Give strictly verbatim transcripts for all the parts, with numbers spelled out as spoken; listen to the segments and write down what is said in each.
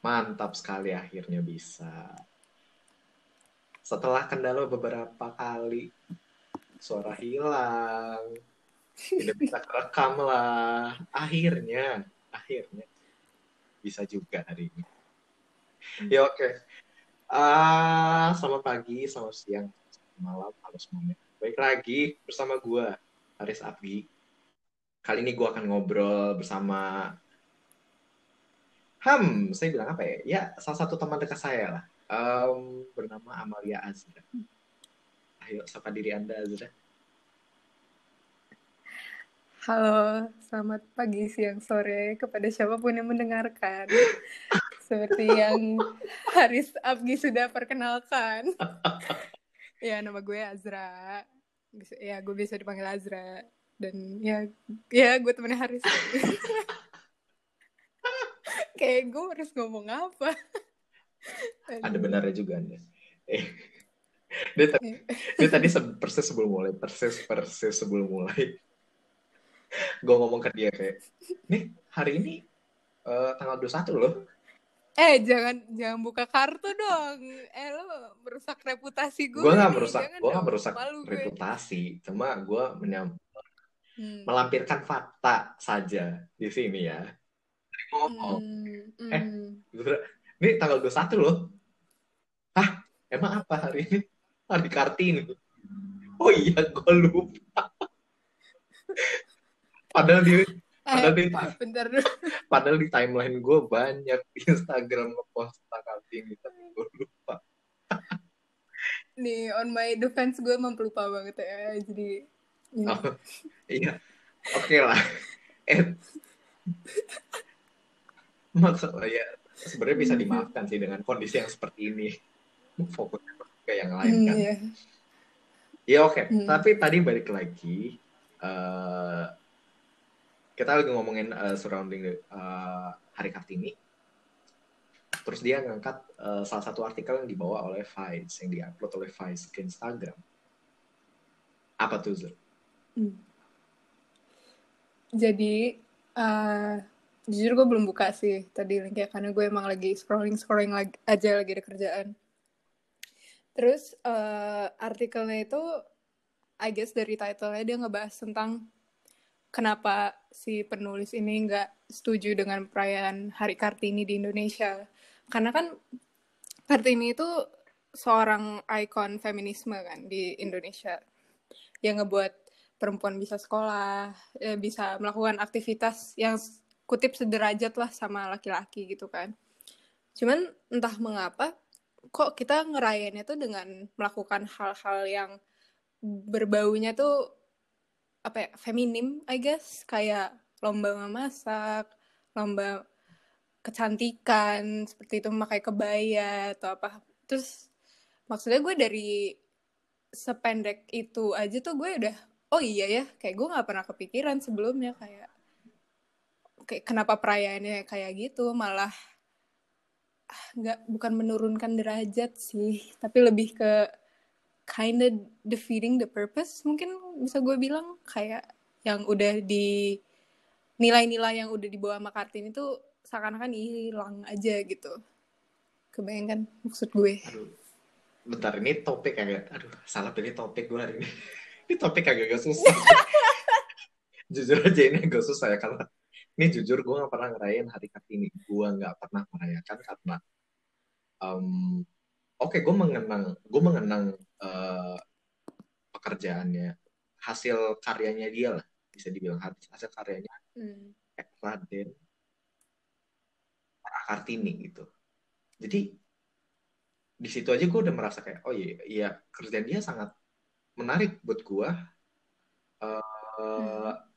Mantap sekali, akhirnya bisa. Setelah kendala beberapa kali, suara hilang, tidak bisa kerekam lah. Akhirnya, akhirnya bisa juga hari ini. Ya oke. Ah, selamat pagi, selamat siang, selamat malam, halo semuanya. Baik lagi bersama gue, Haris Abgi. Kali ini gue akan ngobrol bersama Hmm, saya bilang apa ya? Ya, salah satu teman dekat saya lah. Em, bernama Amalia Azra. Ayo, sapa diri Anda, Azra. Halo, selamat pagi, siang, sore kepada siapapun yang mendengarkan. Seperti yang Haris Abgi sudah perkenalkan. Ya, nama gue Azra. Bisa- Ya, gue bisa dipanggil Azra. Dan ya, ya gue temennya Haris. Kayak gue harus ngomong apa? Ada Aduh. benarnya juga Anda. Eh, dia, tadi, dia tadi se- persis sebelum mulai, persis persis sebelum mulai, gue ngomong ke dia kayak, nih hari ini eh, tanggal dua puluh satu loh. Eh, jangan jangan buka kartu dong. Eh, lo merusak reputasi Gue gue nggak nih. merusak, Jangan gue nggak dong, merusak malu gue. reputasi, cuma gue menyam- Hmm. melampirkan fakta saja di sini ya. Ngomong, Hmm. eh, Hmm. Azra, ini tanggal dua puluh satu loh. Hah? Emang apa hari ini? Hari Kartini. Oh iya, gue lupa. Padahal di Eh, padahal di bentar dulu. padahal di timeline gue banyak di Instagram ngepost tentang Kartini, tapi gue lupa. Nih, on my defense gue emang pelupa banget ya. Jadi, ya. Oh, iya, oke okay lah. Eh, maksud ya sebenarnya bisa dimaafkan sih dengan kondisi yang seperti ini. Fokusnya ke yang lain Hmm, kan. ya. Ya oke, okay. Hmm. Tapi tadi balik lagi. Uh, kita lagi ngomongin uh, surrounding uh, Hari Kartini. Terus dia ngangkat uh, salah satu artikel yang dibawa oleh Vice, yang diupload oleh Vice ke Instagram. Apa tuh, Zur? Hmm. Jadi, uh, jujur gue belum buka sih tadi linknya, karena gue emang lagi scrolling-scrolling lagi, aja lagi ada kerjaan. Terus, uh, artikelnya itu, I guess dari title-nya dia ngebahas tentang kenapa si penulis ini nggak setuju dengan perayaan Hari Kartini di Indonesia. Karena kan Kartini itu seorang ikon feminisme kan di Indonesia yang ngebuat perempuan bisa sekolah, ya bisa melakukan aktivitas yang kutip sederajat lah sama laki-laki gitu kan. Cuman entah mengapa kok kita ngerayainnya tuh dengan melakukan hal-hal yang berbaunya tuh apa ya, feminim I guess, kayak lomba memasak, lomba kecantikan seperti itu, memakai kebaya atau apa. Terus maksudnya gue dari sependek itu aja tuh gue udah oh iya ya, kayak gue nggak pernah kepikiran sebelumnya kayak kayak kenapa perayaannya kayak gitu, malah nggak bukan menurunkan derajat sih, tapi lebih ke kinda defeating the purpose mungkin bisa gue bilang, kayak yang udah di nilai-nilai yang udah dibawa sama Kartini itu seakan-akan hilang aja gitu. Kebayangkan maksud gue? Aduh, bentar, ini topik agak, aduh, salah pilih topik gue hari ini. Ini topik agak-agak susah. Jujur aja ini agak susah ya, karena ini jujur gue gak pernah ngerayain Hari Kartini. Gue gak pernah merayakan karena, um, oke, okay, gue mengenang, gue mengenang uh, pekerjaannya, hasil karyanya dia lah, bisa dibilang hasil karyanya Hmm. Raden Kartini gitu. Jadi di situ aja gue udah merasa kayak, oh iya, iya kerjaan dia sangat menarik buat gue. Uh, Hmm.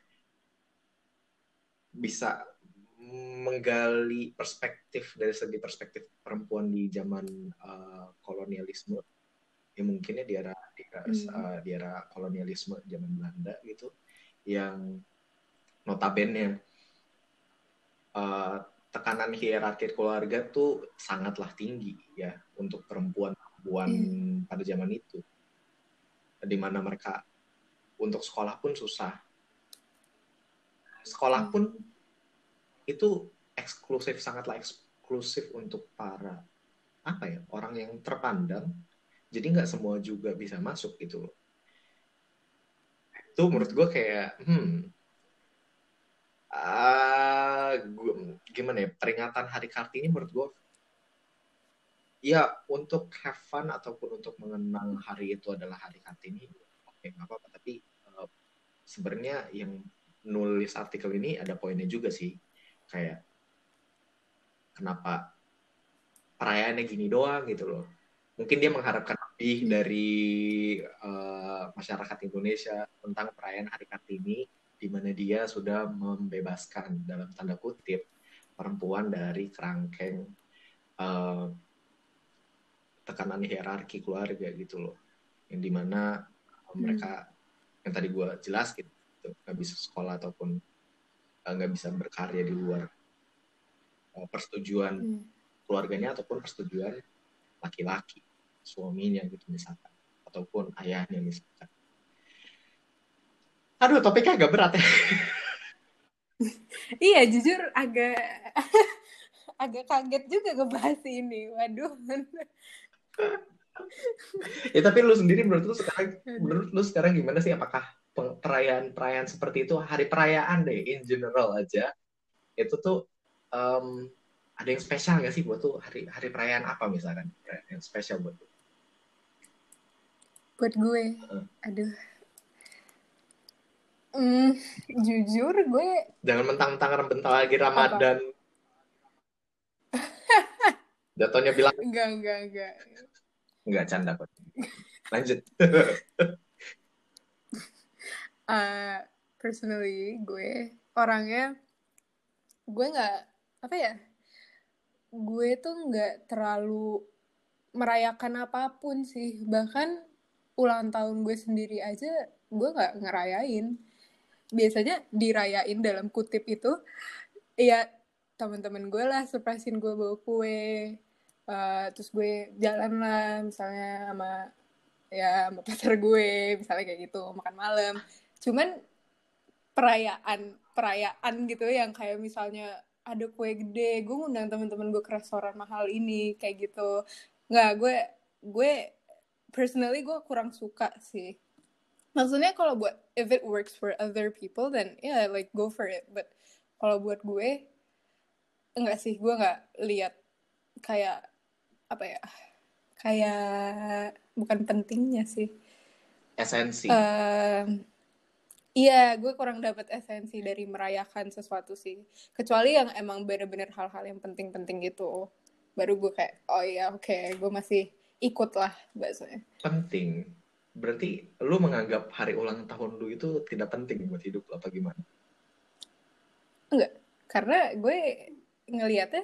Bisa menggali perspektif dari segi perspektif perempuan di zaman uh, kolonialisme, ya mungkinnya di era di era, Hmm. uh, di era kolonialisme zaman Belanda gitu, yang notabene uh, tekanan hierarki keluarga tuh sangatlah tinggi ya untuk perempuan-perempuan Yeah. pada zaman itu, di mana mereka untuk sekolah pun susah, sekolah Yeah. pun itu eksklusif, sangatlah eksklusif untuk para apa ya orang yang terpandang, jadi nggak semua juga bisa masuk gitu loh. Itu menurut gue kayak hmm ah gua, gimana ya, peringatan Hari Kartini menurut gue ya untuk have fun ataupun untuk mengenang hari itu adalah Hari Kartini, oke nggak apa-apa, tapi uh, sebenarnya yang nulis artikel ini ada poinnya juga sih, kayak kenapa perayaannya gini doang gitu loh. Mungkin dia mengharapkan lebih Hmm. dari uh, masyarakat Indonesia tentang perayaan Hari Kartini, di mana dia sudah membebaskan dalam tanda kutip perempuan dari kerangkeng uh, tekanan hierarki keluarga gitu loh, yang dimana uh, mereka yang tadi gue jelas gitu nggak bisa sekolah ataupun uh, nggak bisa berkarya di luar uh, persetujuan Hmm. keluarganya ataupun persetujuan laki-laki suaminya gitu misalkan, ataupun ayahnya misalkan. Aduh, topiknya agak berat ya. Iya, jujur agak agak kaget juga ngebahas ini. Waduh. Ya tapi lu sendiri menurut lu sekarang menurut lu sekarang gimana sih, apakah perayaan-perayaan seperti itu, hari perayaan deh in general aja, itu tuh um, ada yang spesial nggak sih buat tuh, hari hari perayaan apa misalkan yang spesial buat lu? Buat gue, Uh. aduh. Hmm, jujur gue Jangan mentang-mentang bentar lagi Ramadan jatuhnya bilang enggak enggak enggak nggak, canda kok. Lanjut. uh, personally gue orangnya gue nggak apa ya gue tuh nggak terlalu merayakan apapun sih, bahkan ulang tahun gue sendiri aja gue nggak ngerayain. Biasanya dirayain dalam kutip itu ya teman-teman gue lah surprisein gue bawa kue, uh, terus gue jalan lah misalnya sama ya sama pacar gue misalnya kayak gitu, makan malam. Cuman perayaan perayaan gitu yang kayak misalnya ada kue gede, gue ngundang teman-teman gue ke restoran mahal ini kayak gitu, nggak. gue gue personally gue kurang suka sih. Maksudnya kalau buat if it works for other people then yeah like go for it, but kalau buat gue enggak sih, gue nggak lihat kayak apa ya, kayak bukan pentingnya sih. Esensi. Um, Iya, gue kurang dapat esensi dari merayakan sesuatu sih. Kecuali yang emang bener-bener hal-hal yang penting-penting gitu. Baru gue kayak, oh iya oke, okay, gue masih ikut lah bahasanya. Penting. Berarti lu menganggap hari ulang tahun lu itu tidak penting buat hidup lu apa gimana? Enggak, karena gue ngelihatnya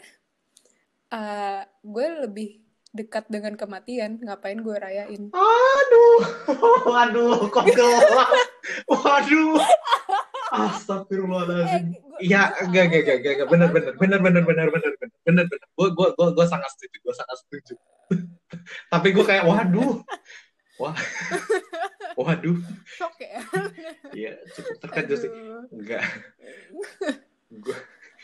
uh, gue lebih dekat dengan kematian, ngapain gue rayain. Aduh, waduh, kok gelap. Waduh. Astagfirullahaladzim. Iya, enggak, enggak, enggak, enggak, enggak, bener, bener, bener, bener, bener, bener, bener, bener, bener. Gue, gue, gue, gue sangat setuju, gue sangat setuju. Tapi gue kayak, waduh, wah, waduh. Shock ya? Iya, cukup terkejut sih. Enggak, gue,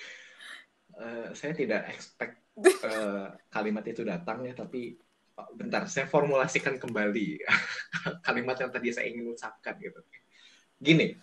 uh, saya tidak expect uh, kalimat itu datang ya, tapi bentar, saya formulasikan kembali kalimat yang tadi saya ingin ucapkan gitu. Gini,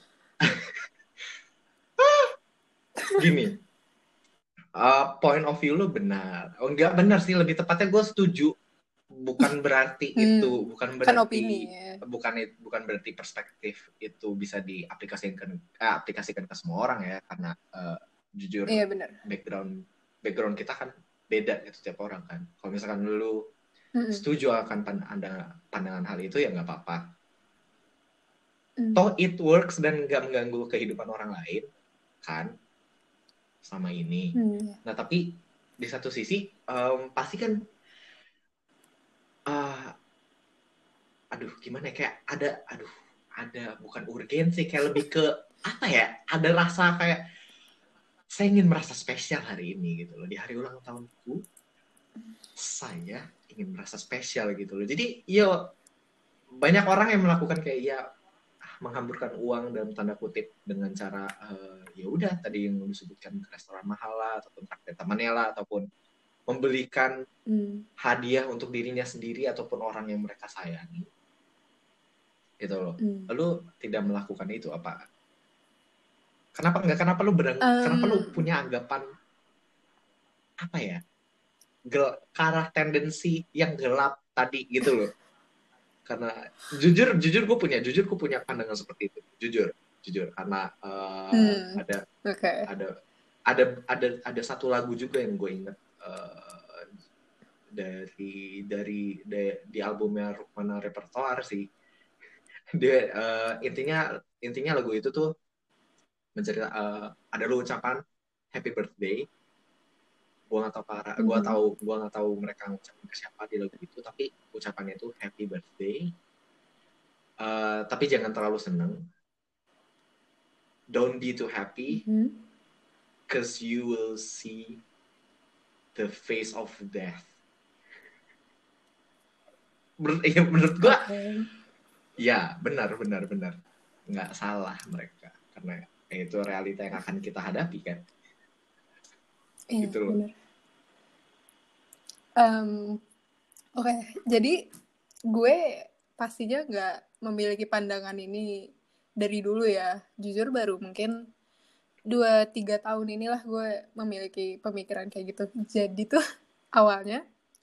gini, uh, point of view lu benar. Oh enggak benar sih, lebih tepatnya gue setuju. Bukan berarti hmm, itu, bukan berarti, kan opini, ya. bukan bukan berarti perspektif itu bisa diaplikasikan eh, aplikasikan ke semua orang ya, karena uh, jujur iya, benar. background background kita kan beda gitu tiap orang kan. Kalau misalkan lu Mm-mm. setuju akan pandangan pandangan hal itu ya nggak apa-apa. Mm. Toh it works dan nggak mengganggu kehidupan orang lain kan sama ini. Mm. Nah tapi di satu sisi um, pasti kan uh, aduh gimana ya, kayak ada aduh ada bukan urgensi, kayak lebih ke apa ya, ada rasa kayak saya ingin merasa spesial hari ini gitu loh, di hari ulang tahunku saya ingin merasa spesial gitu loh. Jadi ya banyak orang yang melakukan kayak ya menghamburkan uang dalam tanda kutip dengan cara uh, ya udah tadi yang disebutkan ke restoran mahal lah, ataupun traktir temannya lah, ataupun membelikan Hmm. hadiah untuk dirinya sendiri ataupun orang yang mereka sayangi, gitu loh. Hmm. Lu tidak melakukan itu apa? Kenapa enggak? Kenapa lu berang, Um, kenapa lu punya anggapan apa ya? Gel, ke arah tendensi yang gelap tadi gitu loh. Karena jujur jujur gue punya jujur gue punya pandangan seperti itu. Jujur, jujur karena uh, hmm. ada Okay. ada ada ada ada satu lagu juga yang gue inget uh, dari dari de, di albumnya Rukmana Repertoire sih. Dia uh, intinya intinya lagu itu tuh mencerita uh, ada lu ucapan happy birthday. Gua nggak tahu para gua Mhm. tahu gua nggak tahu mereka ngucapin ke siapa di lagu itu, tapi ucapannya itu happy birthday. Uh, tapi jangan terlalu seneng. Don't be too happy, Mhm. cause you will see the face of death. Menurut, ya, menurut gua, Okay. ya benar benar benar, nggak salah mereka karena itu realita yang akan kita hadapi kan. Iya, Gitu loh. benar. Um, Oke, okay. Jadi gue pastinya nggak memiliki pandangan ini dari dulu ya. Jujur baru mungkin dua tiga tahun inilah gue memiliki pemikiran kayak gitu. Jadi tuh awalnya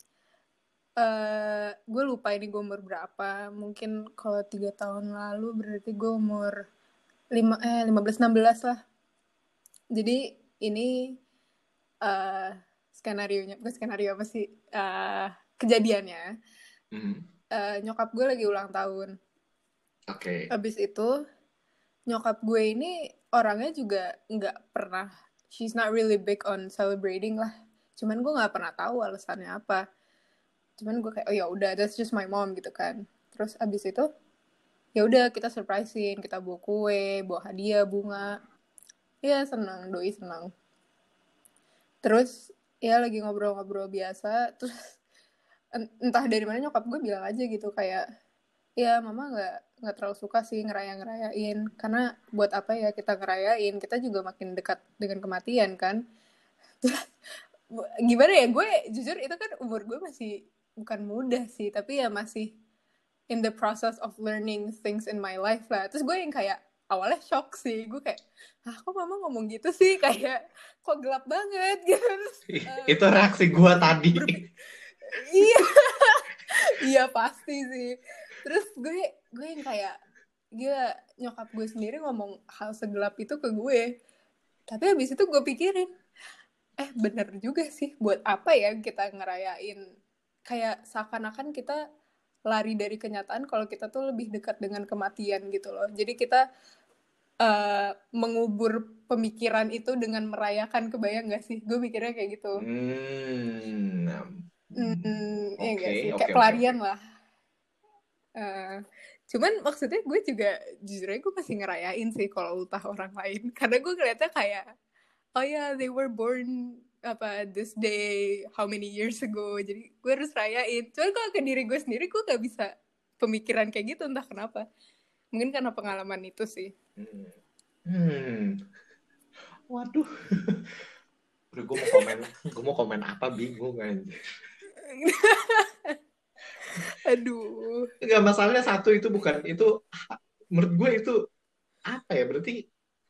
uh, gue lupa ini gue umur berapa. Mungkin kalau tiga tahun lalu berarti gue umur lima eh lima belas enam belas lah. Jadi ini uh, skenario-nya, bukan skenario apa sih, uh, kejadiannya. Mm-hmm. Uh, nyokap gue lagi ulang tahun. Oke. Okay. Abis itu nyokap gue ini orangnya juga nggak pernah, she's not really big on celebrating lah. Cuman gue nggak pernah tahu alasannya apa. Cuman gue kayak oh ya udah, that's just my mom gitu kan. Terus abis itu ya udah kita surprisein, kita bawa kue, bawa hadiah, bunga. Ya senang, doi senang. Terus ya lagi ngobrol-ngobrol biasa, terus entah dari mana nyokap gue bilang aja gitu kayak ya mama nggak nggak terlalu suka sih ngeraya-ngerayain karena buat apa ya kita ngerayain, kita juga makin dekat dengan kematian kan. Gimana ya, gue jujur itu kan umur gue masih bukan muda sih, tapi ya masih in the process of learning things in my life lah. Terus gue yang kayak awalnya shock sih, gue kayak ah kok mama ngomong gitu sih, kayak kok gelap banget gitu. Terus, um, itu reaksi gue tadi. berpi- iya iya pasti sih. Terus gue gue yang kayak gila, nyokap gue sendiri ngomong hal segelap itu ke gue. Tapi habis itu gue pikirin, eh bener juga sih, buat apa ya kita ngerayain, kayak seakan-akan kita lari dari kenyataan kalau kita tuh lebih dekat dengan kematian gitu loh. Jadi kita uh, mengubur pemikiran itu dengan merayakan, kebayang gak sih? Gue mikirnya kayak gitu. Hmm, Hmm, ya oke, gak sih? oke, Kayak oke, pelarian oke. lah. Uh, cuman maksudnya gue juga jujur aja gue masih ngerayain sih kalau ultah orang lain. Karena gue ngeliatnya kayak oh ya yeah, they were born apa this day how many years ago, jadi gue harus rayain. Cuman kalau ke diri gue sendiri gue gak bisa pemikiran kayak gitu, entah kenapa, mungkin karena pengalaman itu sih. hmm, hmm. Waduh, udah gue mau komen gue mau komen apa bingung kan. Aduh, nggak masalahnya satu itu bukan itu, menurut gue itu apa ya, berarti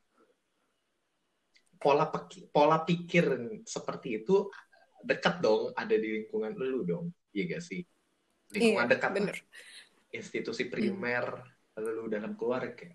pola pikir, pola pikir seperti itu dekat dong, ada di lingkungan lu dong, iya gak sih? Lingkungan iya dekat lah, bener. institusi Hmm. primer, lu dalam keluarga.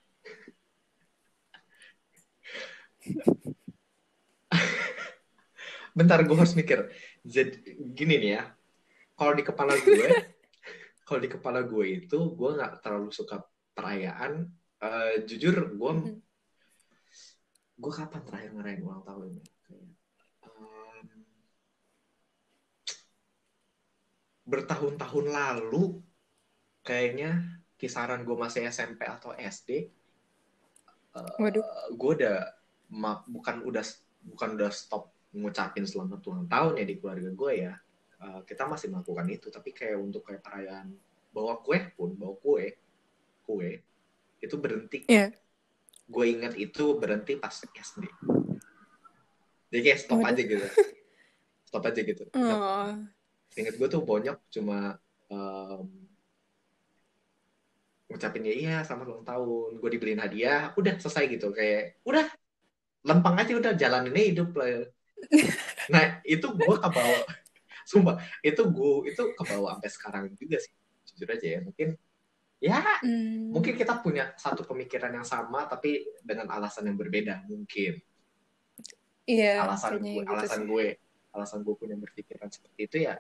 Bentar, gue harus mikir. Jadi gini nih ya, kalau di kepala gue, kalau di kepala gue itu gue nggak terlalu suka perayaan. Uh, jujur, gue Mm-hmm. gue kapan terakhir ngerayain ulang tahun? Um, bertahun-tahun lalu, kayaknya kisaran gue masih S M P atau S D. Waduh. Uh, gue udah ma- bukan udah bukan udah stop ngucapin selamat ulang tahun ya di keluarga gue ya. Uh, kita masih melakukan itu, tapi kayak untuk kayak perayaan bawa kue pun, bawa kue kue itu berhenti. Yeah. Gue ingat itu berhenti pas S D. Jadi kayak stop Waduh. aja gitu. stop aja gitu. Nah, Oh. inget gue tuh bonyok cuma um, ngucapin ya iya selamat ulang tahun, gue dibeliin hadiah, udah selesai gitu, kayak udah lempeng aja, udah jalanin aja hidup lah. Nah itu gue kebawa, sumpah itu gue itu kebawa sampai sekarang juga sih, jujur aja ya. Mungkin ya mungkin Hmm. kita punya satu pemikiran yang sama tapi dengan alasan yang berbeda mungkin. Iya, Alasan kayaknya gue gitu alasan sih. gue alasan gue punya berpikiran seperti itu ya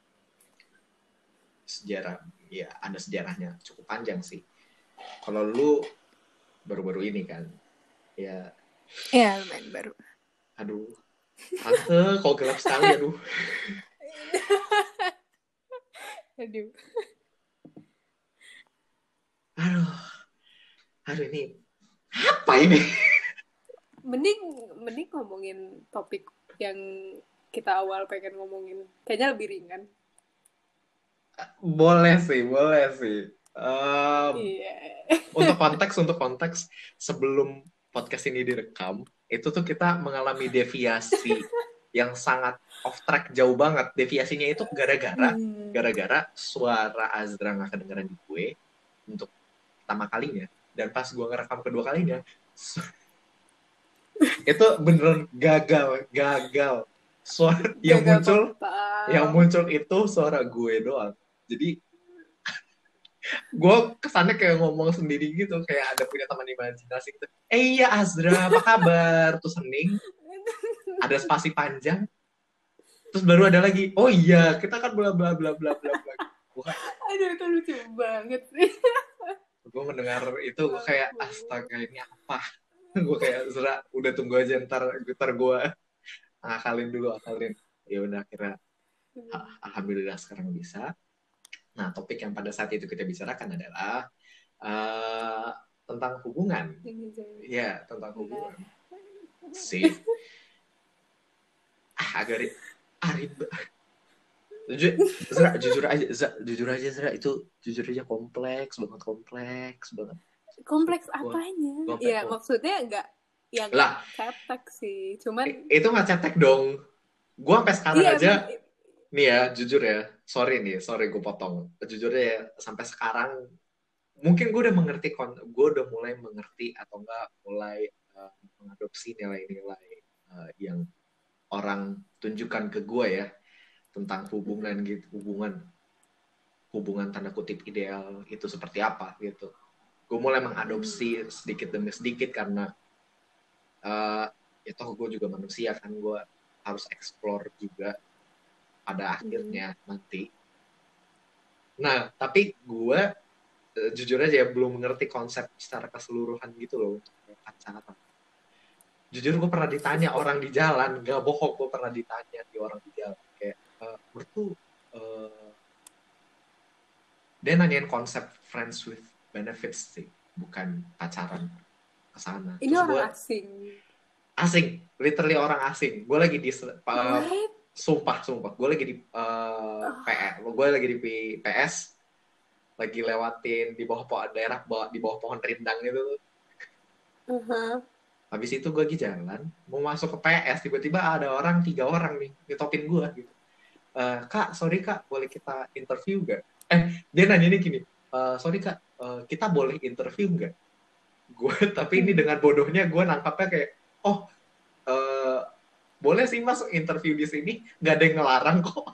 sejarah, ya ada sejarahnya cukup panjang sih. Kalau lu baru-baru ini kan ya, Iya, lumayan baru. aduh tante kok gelap sekali, aduh Aduh. aduh aduh ini apa ini. Mending, mending ngomongin topik yang kita awal pengen ngomongin. Kayaknya lebih ringan. Boleh sih, boleh sih. Um, Iya. untuk konteks, untuk konteks sebelum podcast ini direkam, itu tuh kita mengalami deviasi yang sangat off track jauh banget. Deviasinya itu gara-gara Hmm. gara-gara suara Azra nggak kedengeran di gue untuk pertama kalinya, dan pas gue ngerekam kedua kalinya su- itu beneran gagal, gagal. Suara yang Gagal muncul, yang total. muncul itu suara gue doang. Jadi gue kesannya kayak ngomong sendiri gitu, kayak ada punya teman imajinasi gitu. Eh iya Azra, apa kabar? Terus hening, ada spasi panjang, terus baru ada lagi. Oh iya, kita kan bla bla bla bla bla bla. Gue Aduh, itu lucu banget sih. gue mendengar itu gue kayak astaga ini apa? Gue kayak Azra, udah tunggu aja ntar ntar gue akalin dulu, akalin. Ya udah akhirnya ah, alhamdulillah sekarang bisa. Nah topik yang pada saat itu kita bicarakan adalah uh, tentang hubungan. Ya tentang Nah. hubungan sih. Ah, agak ri- ah, ribet. Jujur, Zra, jujur aja, Zra, jujur aja Zra, itu jujur aja kompleks banget, kompleks banget. Kompleks Gua, apanya? gua sampai Ya, kok. maksudnya enggak, ya enggak Lah, cetek sih. Cuman, itu nggak cetek dong. Gue sampai sekarang iya aja, emang, nih ya, jujur ya, sorry nih, sorry gue potong. Jujur ya, sampai sekarang, mungkin gue udah mengerti, gue udah mulai mengerti atau enggak mulai uh, mengadopsi nilai-nilai uh, yang orang tunjukkan ke gue ya, tentang hubungan gitu, hubungan hubungan tanda kutip ideal itu seperti apa gitu. Gue mulai mengadopsi sedikit demi sedikit karena uh, ya toh gue juga manusia kan, gue harus explore juga pada akhirnya nanti. Nah tapi gue uh, jujur aja ya belum mengerti konsep secara keseluruhan gitu loh untuk pacaran. Jujur gue pernah ditanya orang di jalan, gak bohong, gue pernah ditanya di orang di jalan kayak uh, menurut tuh uh, dia nanyain konsep friends with benefits sih, bukan pacaran ke sana. ini Terus gue orang asing. asing, literally orang asing. Gue lagi di uh, What? sumpah, sumpah. Gue lagi di uh, P S, gue lagi di P S, lagi lewatin di bawah pohon daerah, di bawah pohon rindang gitu. Uh-huh. Habis itu gue lagi jalan, mau masuk ke P S, tiba-tiba ada orang, tiga orang nih, nyetopin gue gitu. Uh, kak, sorry kak, boleh kita interview gak? Eh, dia nanya ini gini, uh, sorry kak, uh, kita boleh interview gak? Gue, tapi ini dengan bodohnya gue nangkapnya kayak, oh, uh, boleh sih mas interview di sini, gak ada yang ngelarang kok.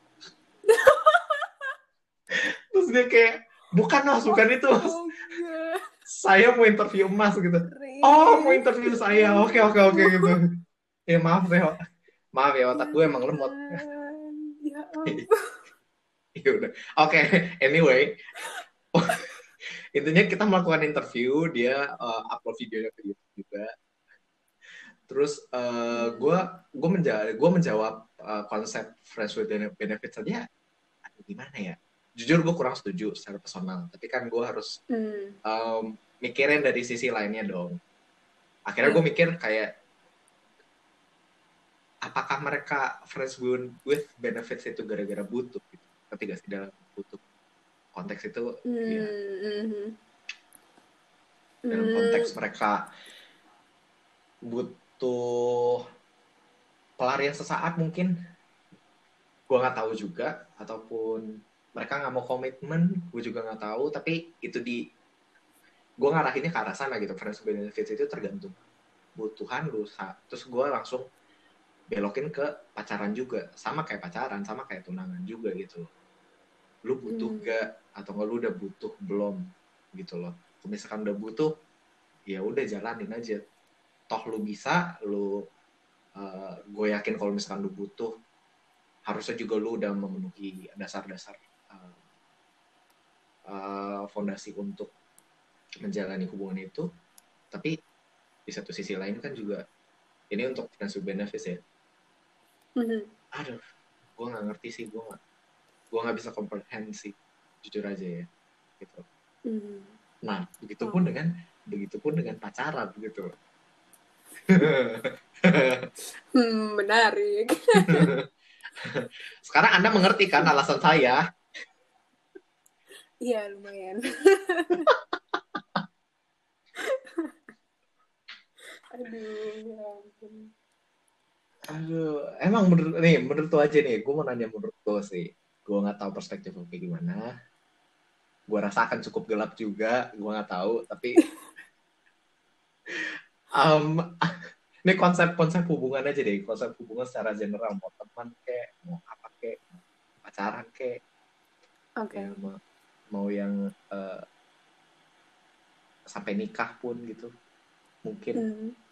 Terus dia kayak, bukan mas, bukan itu mas. Saya mau interview mas gitu. Oh, mau interview saya, oke oke oke gitu. Ya maaf ya, maaf ya otak gue emang lemot. Ya ampun. Ya udah, oke. Anyway, intinya kita melakukan interview, dia uh, upload videonya ke YouTube juga. Terus uh, gue gue menjawab gue menjawab uh, konsep friends with benefits saja, aduh gimana ya? Jujur gue kurang setuju secara personal, tapi kan gue harus Hmm. um, mikirin dari sisi lainnya dong. Akhirnya gue mikir kayak, apakah mereka friends with benefits itu gara-gara butuh gitu? Ketika sih dalam butuh konteks itu, Hmm. ya Hmm. dalam konteks mereka butuh pelarian sesaat mungkin. gue nggak tahu juga, ataupun mereka nggak mau komitmen, gue juga nggak tahu. Tapi itu di gue ngarahinnya ke arah sana gitu. Friends with benefits itu tergantung kebutuhan lu. Terus gue langsung belokin ke pacaran juga, sama kayak pacaran, sama kayak tunangan juga gitu. Lu butuh Hmm. gak, atau nggak lu udah butuh belum gitu loh. Kalau misalkan udah butuh, ya udah jalanin aja. Toh lu bisa, lu uh, gue yakin kalau misalkan lu butuh, harusnya juga lu udah memenuhi dasar-dasar uh, uh, fondasi untuk menjalani hubungan itu. Tapi di satu sisi lain kan juga ini untuk friends with benefits ya. Mhm. Aduh, gue nggak ngerti sih, gue nggak gue nggak bisa komprehensi, jujur aja ya gitu. Mhm. Nah, begitupun Oh. dengan begitupun dengan pacaran gitu. Hmm, menarik. Sekarang Anda mengerti kan alasan saya? Iya, lumayan. Aduh, ya ampun. Aduh, emang menurut nih, menurut lo aja nih, gue mau nanya menurut lo sih. Gue nggak tahu perspektif lo kayak gimana. Gue rasa akan cukup gelap juga, gue nggak tahu. Tapi um, ini konsep-konsep hubungan aja deh, konsep hubungan secara general, mau teman kek, mau apa kek, mau pacaran kek, Oke. ya mau, mau yang uh, sampai nikah pun gitu, mungkin. Hmm.